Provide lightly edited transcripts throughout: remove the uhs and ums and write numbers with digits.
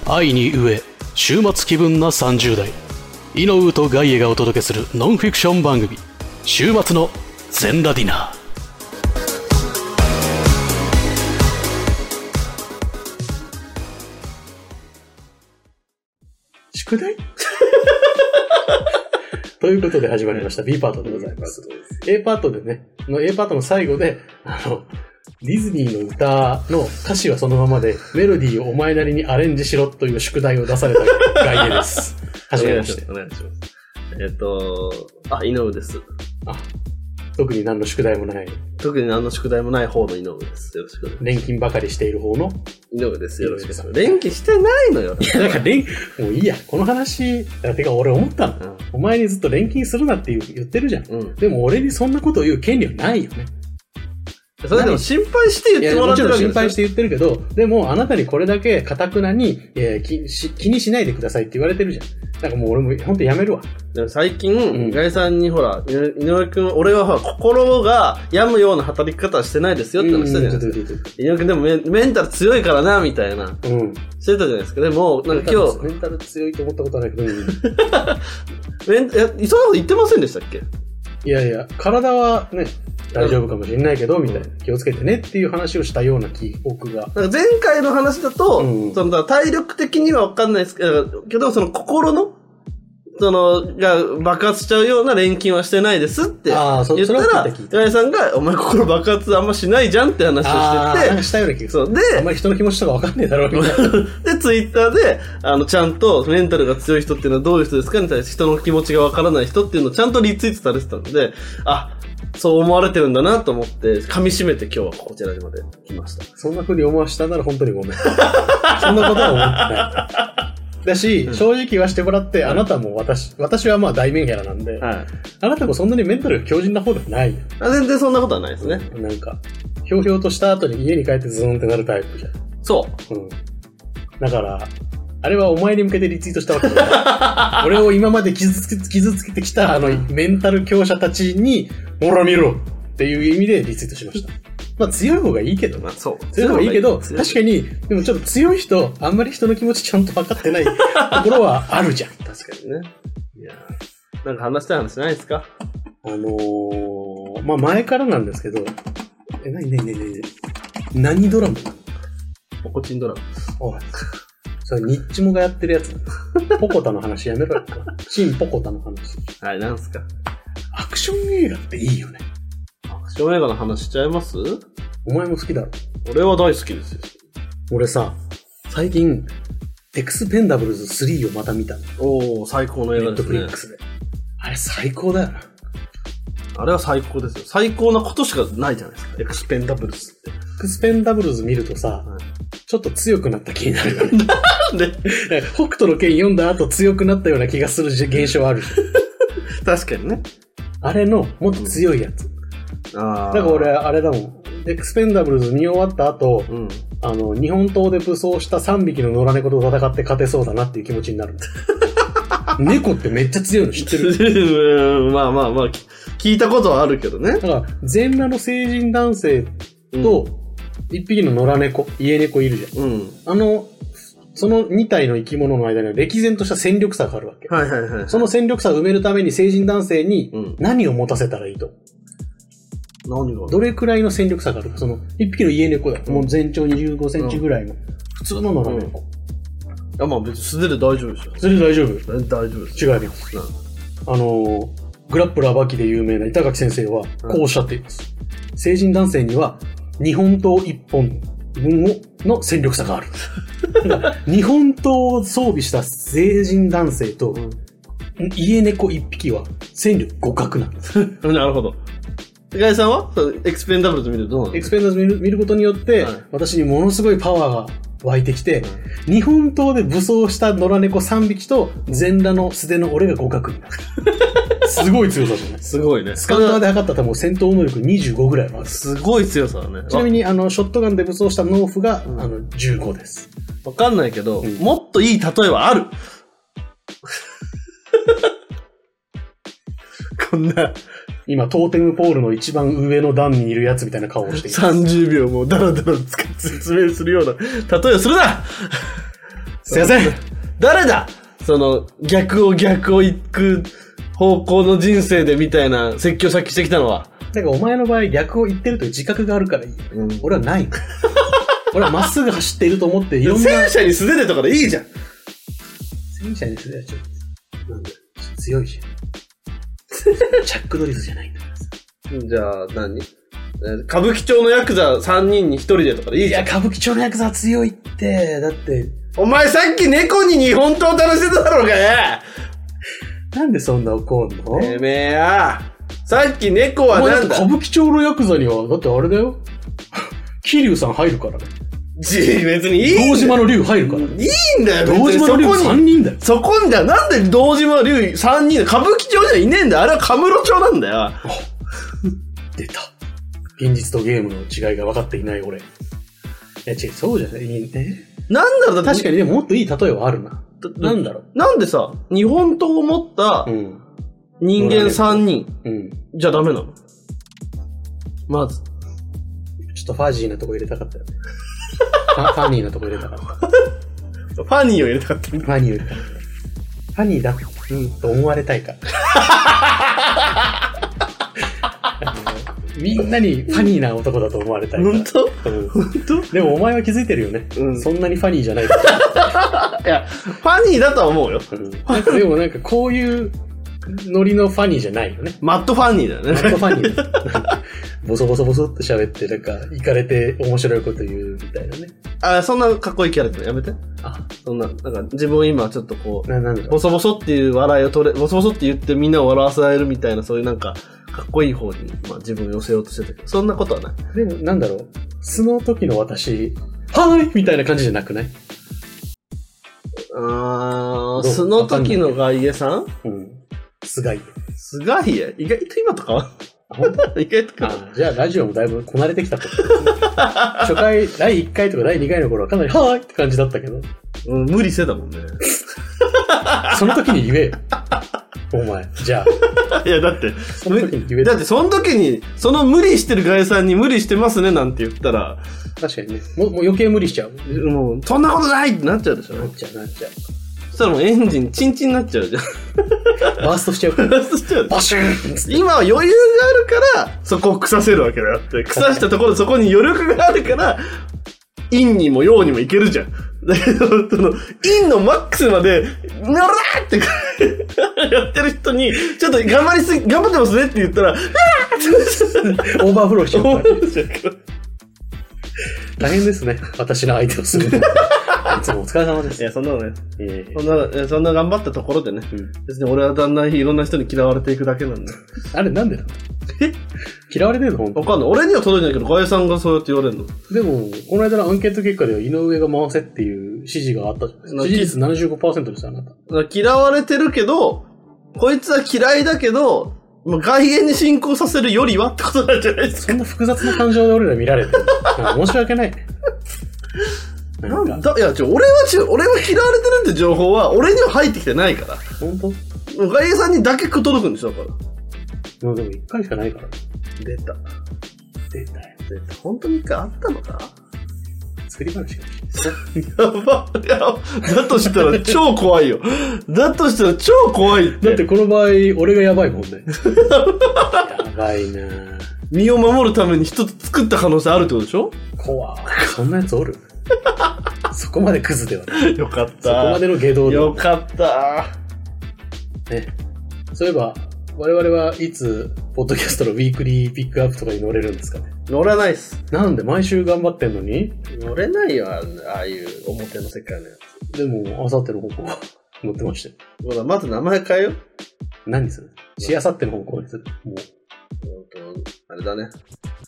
愛に飢え週末気分な30代イノウとガイエがお届けするノンフィクション番組週末の全ラディナー。宿題ということで始まりました B パートでございます。A パートでね、A パートの最後でディズニーの歌の歌詞はそのままでメロディーをお前なりにアレンジしろという宿題を出されたガイエです。はじめまして。 お願いします。井上です。 特に何の宿題もない。 特に何の宿題もない方の井上です。よろしくお願いします。 錬金ばかりしている方の井上です。よろしくお願いします。錬金してないのよ。 いや、だからもういいや。この話、てか俺思ったの。お前にずっと錬金するなって言ってるじゃん。でも俺にそんなことを言う権利はないよね。 それでも心配して言ってもらってるわけですよ。 もちろん心配して言ってるけど、でもあなたにこれだけ堅くなに、気にしないでくださいって言われてるじゃん。だからもう俺も本当やめるわ。 でも最近、ガイさんにほら、井上くん、俺はほら、心が病むような働き方はしてないですよって話したじゃないですか。井上くんでもメンタル強いからな、みたいな。してたじゃないですか。でも、なんか今日。 メンタル強いと思ったことはないけど。 そんなこと言ってませんでしたっけ？ いやいや、体はね、大丈夫かもしれないけど、みたいな。気をつけてねっていう話をしたような記憶が。 なんか前回の話だと、その体力的には分かんないですけど、その心の、が爆発しちゃうような錬金はしてないですって言ったら、岩井さんが、お前心爆発あんましないじゃんって話をしてて。 なんかしたような気がする。 で、 あんまり人の気持ちとか分かんねえだろうみたいな。 で、ツイッターで、ちゃんとメンタルが強い人っていうのはどういう人ですかみたいな人の気持ちが分からない人っていうのをちゃんとリツイートされてたので、そう思われてるんだなと思って、噛み締めて今日はこちらまで来ました。 そんな風に思わしたなら本当にごめん。そんなことは思ってない。だし、正直言わせてもらって、あなたも私はまあ大メンヘラなんで、あなたもそんなにメンタルが強靭な方ではない。 全然そんなことはないですね。 なんか、ひょうひょうとした後に家に帰ってズーンってなるタイプじゃん。 そう。 だから、あれはお前に向けてリツイートしたわけだ。俺を今まで傷つけてきたメンタル強者たちに、ほら見ろっていう意味でリツイートしました。まあ強い方がいいけどな。 そう。 強い方がいいけど、確かに、でもちょっと強い人、あんまり人の気持ちちゃんと分かってないところはあるじゃん。 確かにね。いやなんか話したい話ないですか？ まあ前からなんですけど、何ドラマ？ ポコチンドラマ。 おい。それニッチモがやってるやつ。ポコタの話やめろよ。チンポコタの話。 はい、なんすか？ アクション映画っていいよね。 アクション映画の話しちゃいます？ お前も好きだろ。 俺は大好きですよ。 俺さ、最近、エクスペンダブルズ3をまた見たの。 最高の映画ですね。 ネットフリックスで。あれ最高だよな。 あれは最高ですよ。最高なことしかないじゃないですか。エクスペンダブルズって。 エクスペンダブルズ見るとさ、ちょっと強くなった気になるよね。 なんで北斗の拳読んだ後強くなったような気がする現象ある。 確かにね。 あれのもっと強いやつ。だから俺、あれだもん。エクスペンダブルズ見終わった後、日本刀で武装した3匹の野良猫と戦って勝てそうだなっていう気持ちになる。猫ってめっちゃ強いの知ってる？ まあ、聞いたことはあるけどね。 だから、全裸の成人男性と、1匹の野良猫、家猫いるじゃん。その2体の生き物の間には歴然とした戦力差があるわけ。その戦力差を埋めるために成人男性に何を持たせたらいいと。どれくらいの戦力差があるか。その1匹の家猫だ。もう全長25センチぐらいの普通の野良猫。 まあ別に素手で大丈夫でしょ。 素手で大丈夫。 大丈夫です。 違います。グラップラーバキで有名な板垣先生はこうおっしゃっています。成人男性には日本刀1本分の戦力差がある。日本刀を装備した成人男性と、家猫1匹は戦力互角なんです。 なるほど。ガイさんはエクスペンダブルズ見るとどうなの？ エクスペンダブルズ見ることによって、私にものすごいパワーが湧いてきて、日本刀で武装した野良猫3匹と全裸の素手の俺が互角になる。すごい強さじゃない？ すごいね。 スカウターで測ったらもう戦闘能力25ぐらいある。 すごい強さだね。 ちなみにショットガンで武装した農夫が、15です。 わかんないけど、もっといい例えはある。こんな。 今、トーテムポールの一番上の段にいるやつみたいな顔をしている。 30秒もダラダラ説明するような例えをするな。 すいません。 誰だその、逆を行く方向の人生でみたいな説教さっきしてきたのは。 だからお前の場合逆を言ってるという自覚があるからいい。俺はない。俺はまっすぐ走っていると思っていろんな。 戦車に素手でとかでいいじゃん。 戦車に素手はちょっと、なんだ強いじゃん。チャックドリルじゃないんだからさ。じゃあ何、歌舞伎町のヤクザ3人に1人でとかでいいじゃん。 いや、歌舞伎町のヤクザは強いって、だって。 お前さっき猫に日本刀垂らしてただろうがよ。 なんでそんな怒んの？ てめえや。さっき猫はなんだ？ 歌舞伎町のヤクザには、だってあれだよ。桐生さん入るからね。 別にいい。 堂島の竜入るからね。 いいんだよ。 堂島の竜3人だよ。 そこにだよ。なんで堂島の竜3人だよ。歌舞伎町じゃいねえんだよ。あれはカムロ町なんだよ。 出た。現実とゲームの違いが分かっていない俺。いや違う、そうじゃない。いいね。 なんだろう、 確かにでももっといい例えはあるな。なんだろう。 なんでさ、日本刀を持った人間3人じゃダメなの？まず。 ちょっとファジーなとこ入れたかったよね。ファニーなとこ入れたかった。 ファニーを入れたかった。 ファニーを入れたかった。ファニーだと思われたいから。みんなにファニーな男だと思われたいから。 本当？本当？ でもお前は気づいてるよね。そんなにファニーじゃないから。 いや、ファニーだとは思うよ。 でもなんかこういうノリのファニーじゃないよね。 マットファニーだよね。 マットファニーだ。ボソボソボソって喋って、なんか、イカれて面白いこと言うみたいなね。 あ、そんなかっこいいキャラクターやめて。そんな、なんか自分今ちょっとこう、ボソボソっていう笑いを取れ、ボソボソって言ってみんなを笑わせられるみたいな、そういうなんか、かっこいい方に、まあ自分を寄せようとしてたけど、そんなことはない。 でも、なんだろう、素の時の私、はーいみたいな感じじゃなくない？ 素の時の外家さん？ 菅井。 菅井や意外と今とかは意外とか。 じゃあラジオもだいぶこなれてきたってことですね。初回、第1回とか第2回の頃はかなりはーいって感じだったけど。 無理せだもんね。 その時に言えよ。お前、じゃあ。 いや、だって、 その時に言え。 だって、その時に、その無理してるガイさんに無理してますねなんて言ったら。 確かにね。もう余計無理しちゃう。 もう、そんなことないってなっちゃうでしょ。 なっちゃう。 そしたらもうエンジンチンチンになっちゃうじゃん。 バーストしちゃう。 バーストしちゃう。 バシューン。 今は余裕があるから、そこを腐せるわけだよって。腐したところでそこに余力があるから、陰にも陽にもいけるじゃん。だけど、その、陰のマックスまで、ならーってやってる人に、ちょっと頑張ってますねって言ったら、オーバーフローしちゃうから。大変ですね。私の相手をするの。いつもお疲れ様です。 いや、そんなのね。そんな頑張ったところでね。別に俺はだんだんいろんな人に嫌われていくだけなんだ。 あれなんでなの？嫌われてるの？本当？ わかんない。俺には届いてないけど、ガエさんがそうやって言われるの。 でも、この間のアンケート結果では井上が回せっていう指示があったじゃないですか。支持率 75% ですよ、あなた。 嫌われてるけど、こいつは嫌いだけど、外縁に進行させるよりはってことなんじゃないですか。 そんな複雑な感情で俺ら見られてる。申し訳ないね。 いや、俺は嫌われてるって情報は、俺には入ってきてないから。 本当？ 外縁さんにだけ届くんでしょ、だから。 でも1回しかないから。 出た。本当に1回あったのか？ 作り話かもしれない。やば。だとしたら超怖いよ。だってこの場合、俺がやばいもんね。やばいなぁ。 身を守るために一つ作った可能性あるってことでしょ？ 怖い。そんなやつおる？そこまでクズではない。 よかった。 そこまでの下道で。 よかった。 ね。そういえば、我々はいつ、ポッドキャストのウィークリーピックアップとかに乗れるんですかね？ 乗らないっす。 なんで毎週頑張ってんのに？ 乗れないよ、ああいう表の世界のやつ。でも、あさっての方向は乗ってましたよ。 まず名前変えよう。 何する？しあさっての方向にする。もう。 あれだね。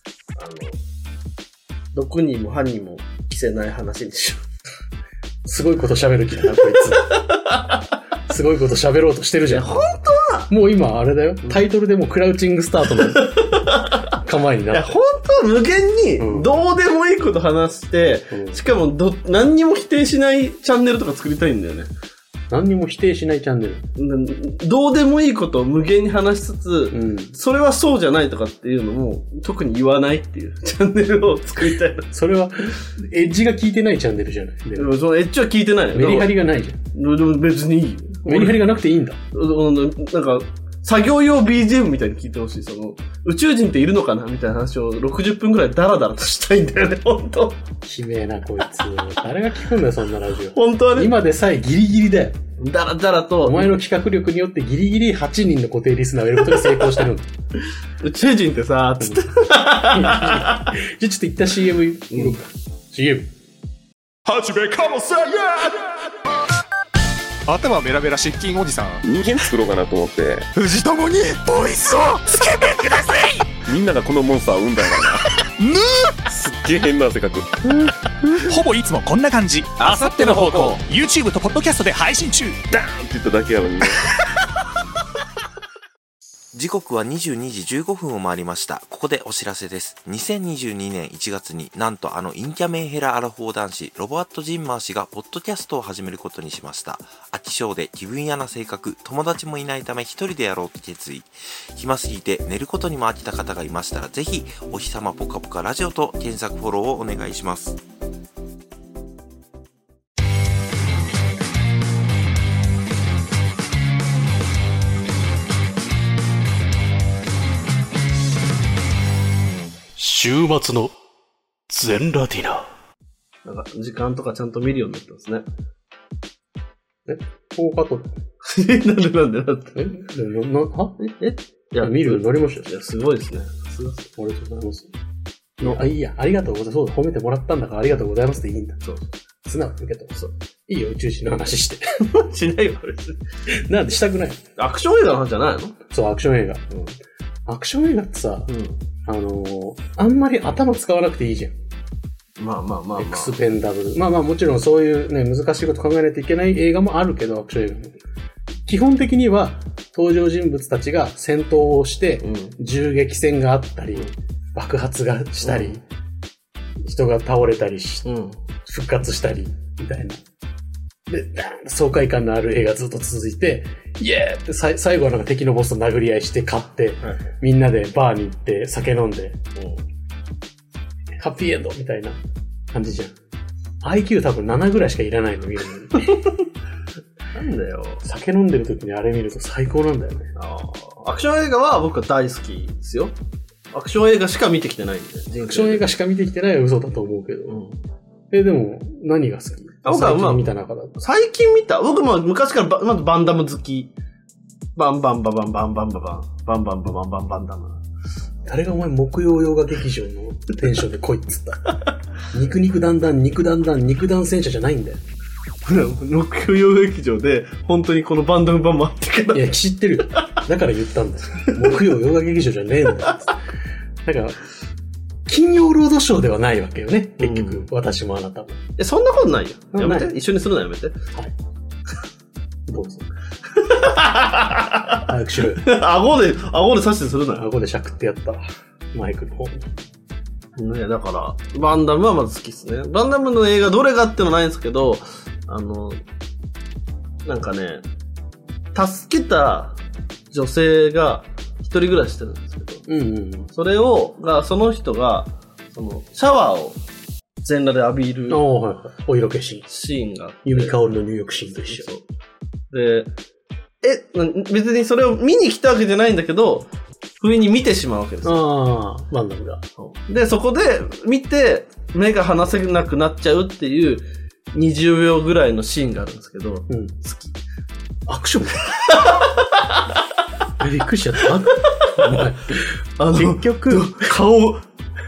毒にも歯にも着せない話にしよう。すごいこと喋る気だな、こいつ。すごいこと喋ろうとしてるじゃん。 本当はもう今あれだよ。タイトルでもうクラウチングスタートの構えになって。いや、 本当は無限にどうでもいいこと話して、しかも何にも否定しないチャンネルとか作りたいんだよね。 何にも否定しないチャンネル。 どうでもいいことを無限に話しつつ、それはそうじゃないとかっていうのも特に言わないっていうチャンネルを作りたいな。 それはエッジが効いてないチャンネルじゃない。 でもそのエッジは効いてないよ。 メリハリがないじゃん。 でも別にいいよ。 メリハリがなくていいんだ。 なんか、作業用 BGM みたいに聞いてほしい。宇宙人っているのかなみたいな話を60分くらいダラダラとしたいんだよね、ほんと。 悲鳴な、こいつ。誰が聞くんだよ、そんなラジオ。 本当はね。 今でさえギリギリだよ。 ダラダラと。 お前の企画力によってギリギリ8人の固定リスナーを得ることに成功してるんだ。 宇宙人ってさ、つって。じゃあちょっと一旦 CM 売ろうか。CM。 はじめかもせんや頭メラメラ失禁おじさん。 人間作ろうかなと思って。 藤友にボイスをつけてください。 みんながこのモンスターを生んだんやな。すっげえ変な性格。 ほぼいつもこんな感じ。あさっての方向 YouTube とポッドキャストで配信中。 ダーンって言っただけやのにね。 時刻は22時15分を回りました。ここでお知らせです。2022年1月になんとインキャメンヘラアラフォー男子ロボアット・ジンマー氏がポッドキャストを始めることにしました。飽き性で気分屋な性格、友達もいないため一人でやろうと決意。暇すぎて寝ることにも飽きた方がいましたら、ぜひお日様ぽかぽかラジオと検索フォローをお願いします。 週末の全ラディナ。 なんか時間とかちゃんと見るようになってますね。 こうカット。 なんでいや、見るようになりましたよ。 いや、すごいですね。 ありがとうございます。いや、ありがとうございます。そうだ、褒めてもらったんだからありがとうございますっていいんだ。そう。素直に受け取る。そう。いいよ、宇宙人の話して。 しないよ、別に。 なんでしたくない？ アクション映画の話じゃないの？ そう、アクション映画。アクション映画ってさ、あんまり頭使わなくていいじゃん。 まあ。 エクスペンダブル。まあもちろんそういうね、難しいこと考えないといけない映画もあるけど、アクション映画も。基本的には、登場人物たちが戦闘をして、銃撃戦があったり、爆発がしたり、人が倒れたりし、復活したり、みたいな。で、爽快感のある映画ずっと続いて、イエーって最後はなんか敵のボスと殴り合いして勝って、みんなでバーに行って酒飲んで、ハッピーエンドみたいな感じじゃん。IQ 多分7ぐらいしかいらないの見るのに。 なんだよ。 酒飲んでる時にあれ見ると最高なんだよね。 アクション映画は僕は大好きですよ。アクション映画しか見てきてないんで。 アクション映画しか見てきてないは嘘だと思うけど。でも、何が好き？ 僕は最近見た中だと。 最近見た。僕も昔からまずバンダム好き。バンバンババンバンバンババン。バンバンババンバンバンダム。 誰がお前木曜洋画劇場のテンションで来いっつった。肉肉だんだん肉だんだん肉弾戦車じゃないんだよ。 木曜洋画劇場で本当にこのバンダム版もあってから。 いや、知ってるよ。だから言ったんだよ。木曜洋画劇場じゃねえんだよ。だから、金曜ロードショーではないわけよね。結局、私もあなたも。 そんなことないよ。やめて。一緒にするのやめて。はい。 どうぞ。早くしろよ。 顎で刺してするなよ。 顎でしゃくってやったわ。マイクの方に。 ね、だから、バンダムはまず好きですね。バンダムの映画どれがってのないんですけど、なんかね、助けた女性が一人暮らししてるんですけど、それを、その人が、シャワーを全裸で浴びる、 お色気シーンが。 ユミカオルの入浴シーンと一緒。 で、別にそれを見に来たわけじゃないんだけど、不意に見てしまうわけですよ。 バンダムが。 で、そこで見て、目が離せなくなっちゃうっていう、20秒ぐらいのシーンがあるんですけど、好き。 アクションびっくりしちゃった。結局、 顔、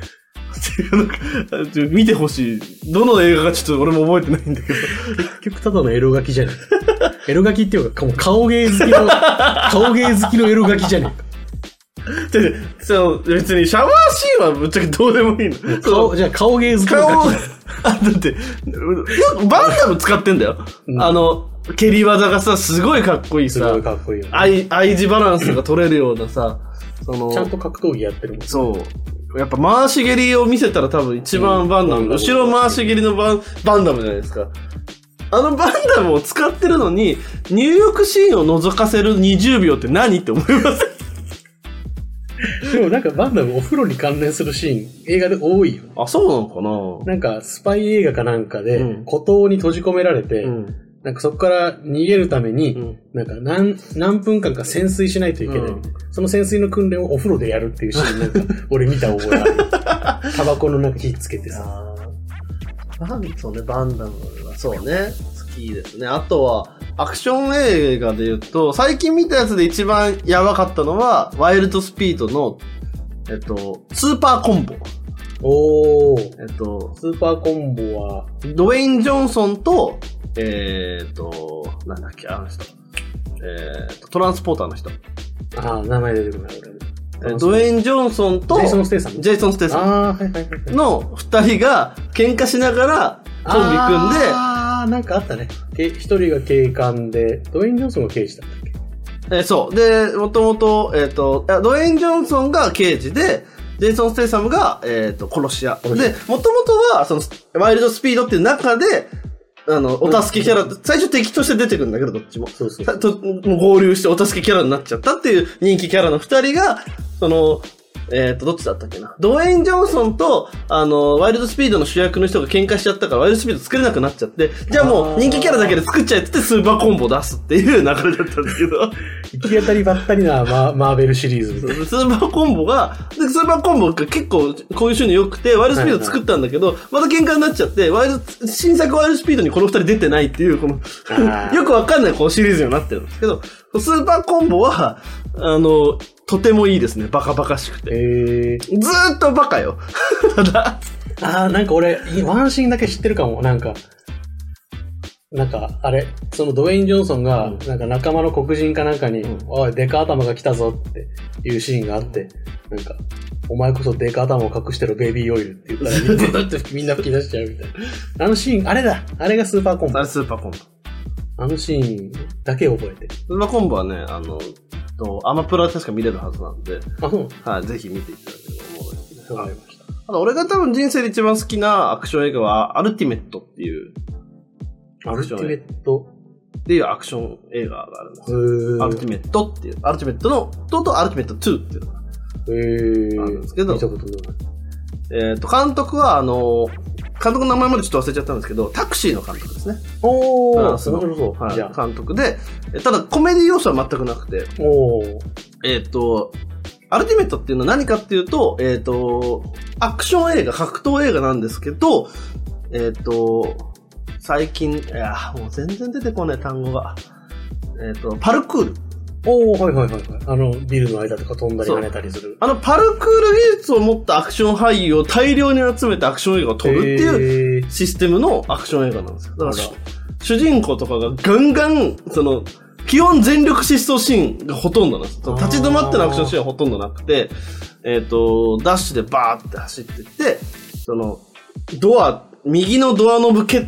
見てほしい。どの映画かちょっと俺も覚えてないんだけど。 結局ただのエロガキじゃねえ。エロガキっていうか、顔芸好きのエロガキじゃねえか。 別にシャワーシーンはぶっちゃけどうでもいいの。 じゃあ顔芸好きのガキ。 だって、バンダム使ってんだよ。蹴り技がさ、すごいかっこいいさ。 すごいかっこいいよ、ね。 愛字バランスが取れるようなさ、 ちゃんと格闘技やってるもん、ね。 そう。やっぱ回し蹴りを見せたら多分一番バンダム。後ろ回し蹴りのバンダムじゃないですか。 あのバンダムを使ってるのに、入浴シーンを覗かせる20秒って何って思います。 でもなんかバンダムお風呂に関連するシーン、映画で多いよ。 あ、そうなのかな。 なんかスパイ映画かなんかで、孤島に閉じ込められて、なんかそこから逃げるために、なんか何分間か潜水しないといけない。その潜水の訓練をお風呂でやるっていうシーンなんか、俺見た覚えある。タバコの中火つけてさ。 そうね、バンダムはそうね、好きですね。あとは、アクション映画で言うと、最近見たやつで一番やばかったのは、ワイルドスピードの、スーパーコンボ。 スーパーコンボは、 ドウェイン・ジョンソンと、なんだっけ、あの人。トランスポーターの人。 名前出てくるな、俺。 ドウェイン・ジョンソンと、 ジェイソン・ステイサムの二人が喧嘩しながらコンビ組んで、 なんかあったね。一人が警官で、ドウェイン・ジョンソンが刑事だったっけ？ そう。で、もともと、ドウェイン・ジョンソンが刑事で、ジェイソン・ステイサムが、殺し屋。で、もともとは、その、ワイルドスピードっていう中で、お助けキャラ、最初敵として出てくるんだけど、どっちも。もう合流してお助けキャラになっちゃったっていう人気キャラの二人が、どっちだったっけな。ドウェイン・ジョンソンと、ワイルドスピードの主役の人が喧嘩しちゃったから、ワイルドスピード作れなくなっちゃって、じゃあもう人気キャラだけで作っちゃえって言ってスーパーコンボ出すっていう流れだったんですけど。 行き当たりばったりなマーベルシリーズみたいな。 スーパーコンボが結構こういう種に良くて、ワイルドスピード作ったんだけど、また喧嘩になっちゃって、新作ワイルドスピードにこの二人出てないっていう、この、よくわかんないこのシリーズになってるんですけど、スーパーコンボは、とてもいいですね。バカバカしくて。ずーっとバカよ。ただ。 なんか俺、ワンシーンだけ知ってるかも。なんか、あれ、そのドウェイン・ジョンソンが、なんか仲間の黒人かなんかに、おい、デカ頭が来たぞっていうシーンがあって、なんか、お前こそデカ頭を隠してろ、ベイビーオイルって言ったら、みんな吹き出しちゃうみたいな。あのシーン、あれだ。あれがスーパーコンボ。 あれスーパーコンボ。 あのシーンだけ覚えて。 スーパーコンボはね、アマプラで確か見れるはずなんで、はい、ぜひ見ていただければ思います。わかりました。俺が多分人生で一番好きなアクション映画は、アルティメットっていう、 アルティメットっていうアクション映画があるんですよ。アルティメットっていう、アルティメットの、とアルティメット2っていうのがあるんですけど、 見たことない。 監督は監督の名前までちょっと忘れちゃったんですけど、タクシーの監督ですね。 なるほど。 はい、監督で、ただコメディ要素は全くなくて、アルティメットっていうのは何かっていうと、アクション映画、格闘映画なんですけど、最近、もう全然出てこない単語が、パルクール。 はい。ビルの間とか飛んだり跳ねたりする。 パルクール技術を持ったアクション俳優を大量に集めてアクション映画を撮るっていうシステムのアクション映画なんですよ。だから主人公とかがガンガン、基本全力疾走シーンがほとんどなんです。立ち止まってのアクションシーンはほとんどなくて、ダッシュでバーって走っていって、右のドアノブ蹴って、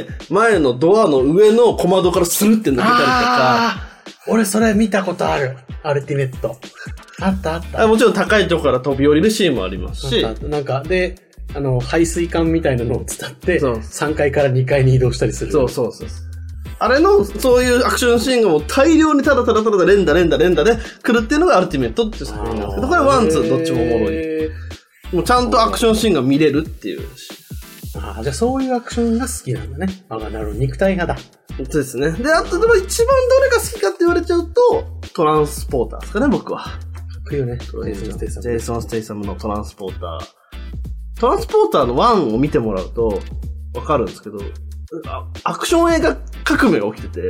前のドアの上の小窓からスルって抜けたりとか。 俺それ見たことある。アルティメット。あった。 もちろん高いところから飛び降りるシーンもありますし。 なんか、で、排水管みたいなのを伝って、3階から2階に移動したりする。 そう。あれの、そういうアクションシーンがもう大量にただ連打で来るっていうのがアルティメットっていう作品なんですけど、これワンツーどっちもおもろい。もうちゃんとアクションシーンが見れるっていう。 じゃあそういうアクションが好きなんだね。なるほど。肉体派だ。 そうですね。で、あとでも一番どれが好きかって言われちゃうと、トランスポーターですかね、僕は。かっこいいよね。ジェイソン・ステイサムのトランスポーター。トランスポーターの1を見てもらうとわかるんですけど、アクション映画革命が起きてて、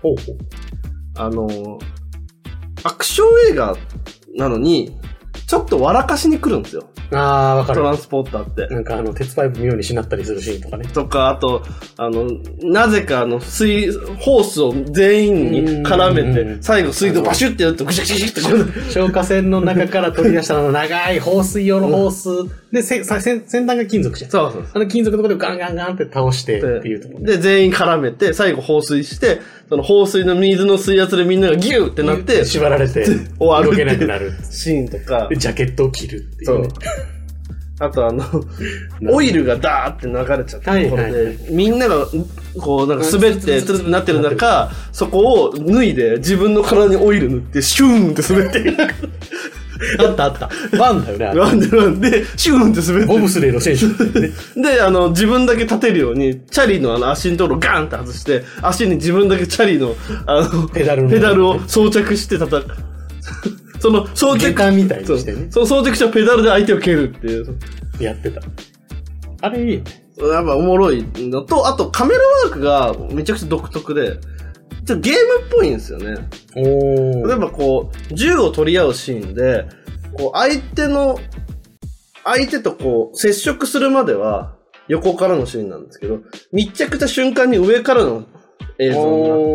アクション映画なのに、ちょっと笑かしに来るんですよ。 わかる。 トランスポーターって。 なんか鉄パイプ妙にしなったりするシーンとかね。 とか、あと、なぜかホースを全員に絡めて、最後水道バシュってやるとグシャグシャグシャって消火栓の中から取り出した長い放水用のホースで、先端が金属じゃん。 そう。 金属のところでガンガンガンって倒してっていうところ。 で、全員絡めて、最後放水して、その放水の水の水圧でみんながギューってなって、 縛られて、 終わる。 動けなくなる。 シーンとか。 で、ジャケットを着るっていうね。 あとオイルがダーって流れちゃったところで、みんながこうなんか滑ってつるってなってる中、そこを脱いで自分の体にオイル塗ってシューンって滑っていく。 あったワンだよね。 ワンでシューンって滑ってボブスレーの選手で、 ね、で自分だけ立てるようにチャリの足のところガーンって外して、足に自分だけチャリのペダルを装着して叩く。その装着みたいにしてね。 その装着したペダルで相手を蹴るっていう。 やってた。あれいいね。 やっぱおもろいのと、あとカメラワークがめちゃくちゃ独特で、ちょっとゲームっぽいんですよね。例えばこう、銃を取り合うシーンで、こう相手とこう、接触するまでは横からのシーンなんですけど、密着した瞬間に上からの映像になって、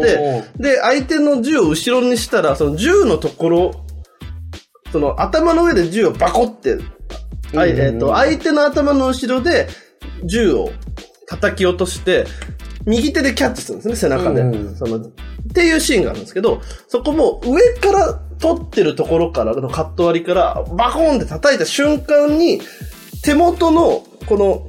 で、相手の銃を後ろにしたら、その銃のところ、その頭の上で銃をバコって、相手の頭の後ろで銃を叩き落として、右手でキャッチするんですね、背中で。っていうシーンがあるんですけど、そこも上から撮ってるところからのカット割りからバコーンって叩いた瞬間に、手元の、この、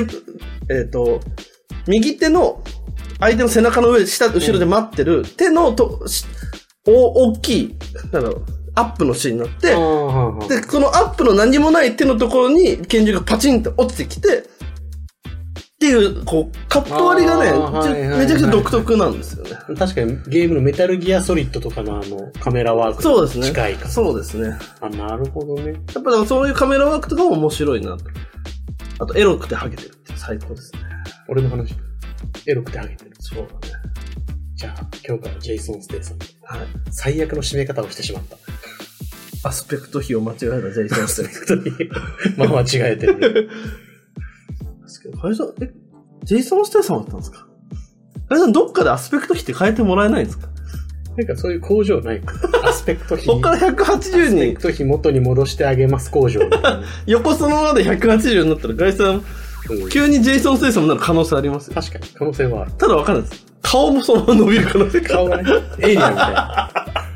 右手の相手の背中の上、後ろで待ってる手の大きい、アップのシーンになって、で、このアップの何もない手のところに拳銃がパチンと落ちてきて、っていう、こう、カット割りがね、めちゃくちゃ独特なんですよね。 確かにゲームのメタルギアソリッドとかのカメラワークと近いか。 そうですね。 なるほどね。 やっぱそういうカメラワークとかも面白いなと。あと、エロくてハゲてるって最高ですね。 俺の話。エロくてハゲてる。 そうだね。 じゃあ、今日からジェイソン・ステイさん。 はい。 最悪の締め方をしてしまった。 アスペクト比を間違えたジェイソン・ステイ。 まあ間違えてる。 ですけど、カイさん、ジェイソン・ステイさんだったんですか？カイさん、どっかでアスペクト比って変えてもらえないんですか？ なんかそういう工場ないか。アスペクト比。 こっから180に。アスペクト比元に戻してあげます工場みたいな。 横そのままで180になったら、カイさん、急にジェイソン・ステイさんになる可能性ありますよ。 確かに、可能性はある。 ただわかんないです。顔もそのまま伸びる可能性顔がね、エイリアンみたいな。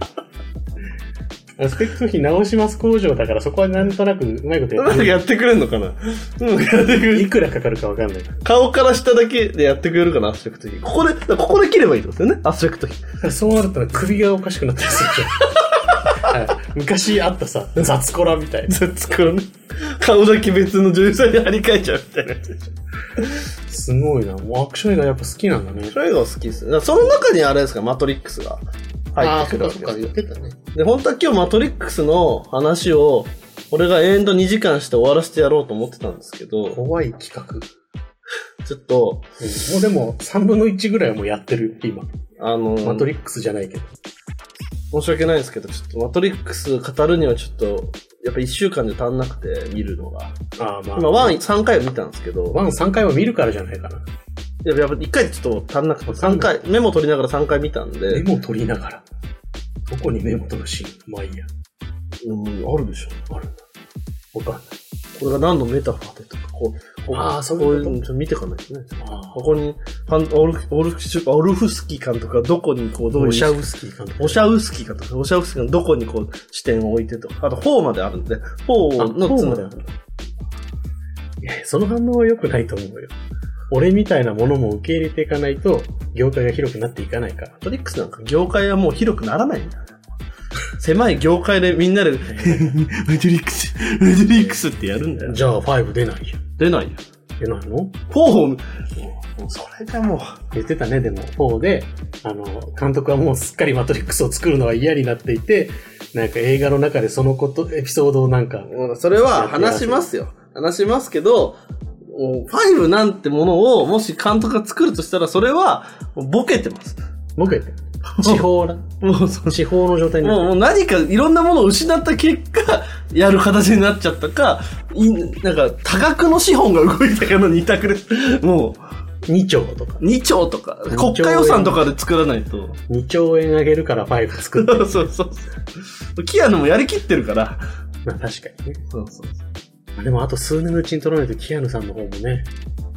アスペクト比直します工場だからそこはなんとなくうまいことやってくれんのかな。 いくらかかるかわかんない。 顔から下だけでやってくれるかな、アスペクト比。ここで切ればいいってことですよね、アスペクト比。 そうなると首がおかしくなったりするじゃん。はい、昔あったさ、雑コラみたいな。 雑コラね。顔だけ別の女優さんに張り替えちゃうみたいなやつでしょ。 すごいな。もうアクション映画やっぱ好きなんだね。 アクション映画は好きですね。その中にあれですか、マトリックスが入ってくるわけです。 ああ、そっか、言ってたね。 で、本当は今日マトリックスの話を、俺が延々と2時間して終わらせてやろうと思ってたんですけど。 怖い企画。 ちょっと、 もうでも3分の1ぐらいはもうやってる、今。マトリックスじゃないけど。 申し訳ないですけど、ちょっとマトリックス語るにはちょっと、やっぱ1週間で足んなくて見るのが。 ああ、まあ。 今1、3回は見たんですけど。 1、3回は見るからじゃないかな。 やっぱ1回ちょっと足んなくて、3回、メモ取りながら3回見たんで。 メモ取りながらどこにメモ取るシーン？まあいいや。 あるでしょ。あるんだ。 わかんない。 これが何のメタファーでとか、 そういうのちょっと見てかないとね。ここに、オルフスキー監督がどこにこう、 オシャウスキー監督。 オシャウスキーがどこにこう、視点を置いてとか。あと、4まであるんで、4の 4まである。いや、その反応は良くないと思うよ。俺みたいなものも受け入れていかないと、業界が広くなっていかないから。 マトリックスなんか業界はもう広くならないんだ。狭い業界でみんなで、マトリックスってやるんだよ。 じゃあ5出ないよ。 出ないよ。 出ないの ?4、それがもう。 言ってたね、でも4で、監督はもうすっかりマトリックスを作るのは嫌になっていて、なんか映画の中でそのエピソードをなんか。 それは話しますよ。話しますけど、5なんてものをもし監督が作るとしたらそれはボケてます。 ボケて地方だ。もう地方の状態になってもう何かいろんなものを失った結果やる形になっちゃったか、なんか多額の資本が動いたかの二択で、もう 2兆とか。 2兆とか。国家予算とかで作らないと。 2兆円あげるから5作ってる。 そう。キアヌもやりきってるから。 まあ確かにね。そう。でもあと数年のうちに取らないとキアヌさんの方もね、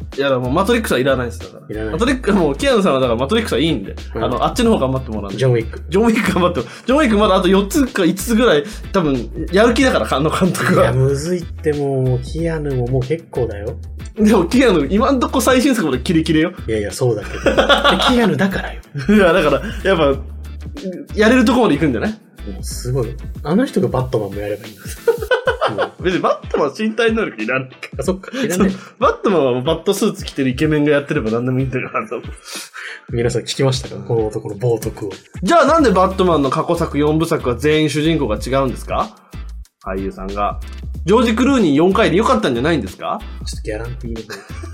いや、もうマトリックスはいらないです、だから。いらない。マトリックス、もう、キアヌさんはだからマトリックスはいいんで、あっちの方頑張ってもらう。 ジョンウィック頑張って。ジョンウィックまだあと4つか5つぐらい、多分、やる気だから、監督は。 いや、むずいってもう、キアヌももう結構だよ。 でも、キアヌ、今んとこ最新作までキレキレよ。 いやいや、そうだけど。キアヌだからよ。 いや、だから、やっぱ、やれるとこまで行くんじゃない？ もうすごい。あの人がバットマンもやればいいんだ。 別にバットマン身体能力いらん。 あ、そっか。いらない。 バットマンはバットスーツ着てるイケメンがやってれば何でもいいんだからと思う。 皆さん聞きましたか？この男の冒涜を。 じゃあなんでバットマンの過去作4部作は全員主人公が違うんですか？俳優さんが。ジョージ・クルーニー4回でよかったんじゃないんですか？ ちょっとギャランティーの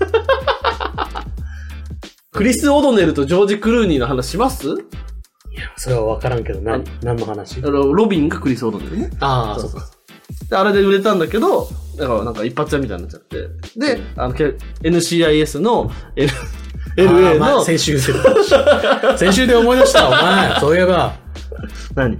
クリス・オドネルとジョージ・クルーニーの話します？ いや、それは分からんけど、何の話？ ロビンがクリス・オドネルね。 ああ、そうか。 で、あれで売れたんだけど、だからなんか一発屋みたいになっちゃって。で、NCIS の、LA の、 先週で思い出した、お前。そういえば。 何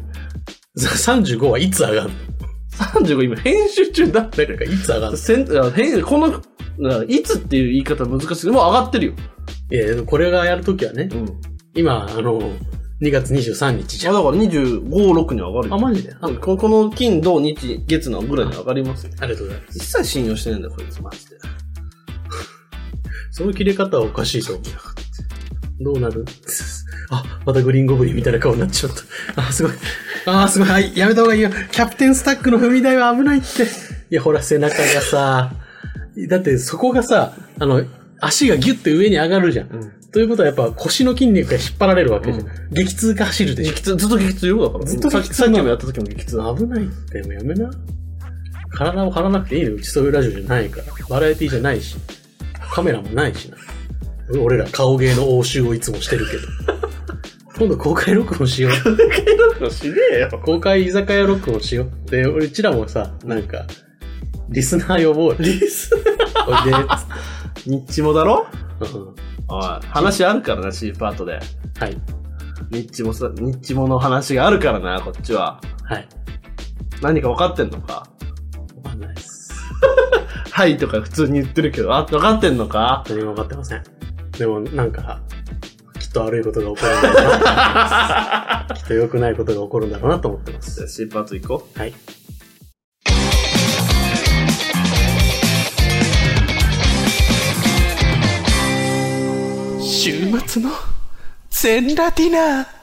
?35 はいつ上がるの？ 35今編集中だ。なんかいつ上がるの？この、いつっていう言い方難しいけど、もう上がってるよ。 いや、これがやるときはね、今、2月23日じゃん。 だから25、6に上がるよ。 あ、マジで？ この金、土、日、月のぐらいに上がりますよ。 ありがとうございます。 一切信用してないんだよ、こいつ、マジで。 その切れ方はおかしいと思う。どうなる？あ、またグリーンゴブリンみたいな顔になっちゃった。あ、すごい。すごい。はい、やめた方がいいよ。キャプテンスタックの踏み台は危ないって。いや、ほら、背中がさ、だってそこがさ、足がギュッて上に上がるじゃん。ということはやっぱ腰の筋肉が引っ張られるわけじゃん。激痛が走るでしょ。 ずっと激痛よ、だから。 ずっと激痛。 さっきもやった時も激痛。 危ないって、もうやめな。体を張らなくていいの。うちそういうラジオじゃないから。バラエティじゃないし。カメラもないしな。俺ら顔芸の応酬をいつもしてるけど。今度公開録音しよう。 公開録音しねえよ。 公開居酒屋録音しよう。で、うちらもさ、なんか、リスナー呼ぼう。 リスナーおいで、つって。ニッチもだろ？おい、話あるからな、C パートで。 はい。 ニッチもの話があるからな、こっちは。 はい。 何か分かってんのか？ 分かんないです。 はいとか普通に言ってるけど、分かってんのか？ 何も分かってません。でも、なんか、きっと悪いことが起こるんだろうなと思ってます。きっと良くないことが起こるんだろうなと思ってます。 じゃあ C パート行こう。はい。 週末の全ラディナー。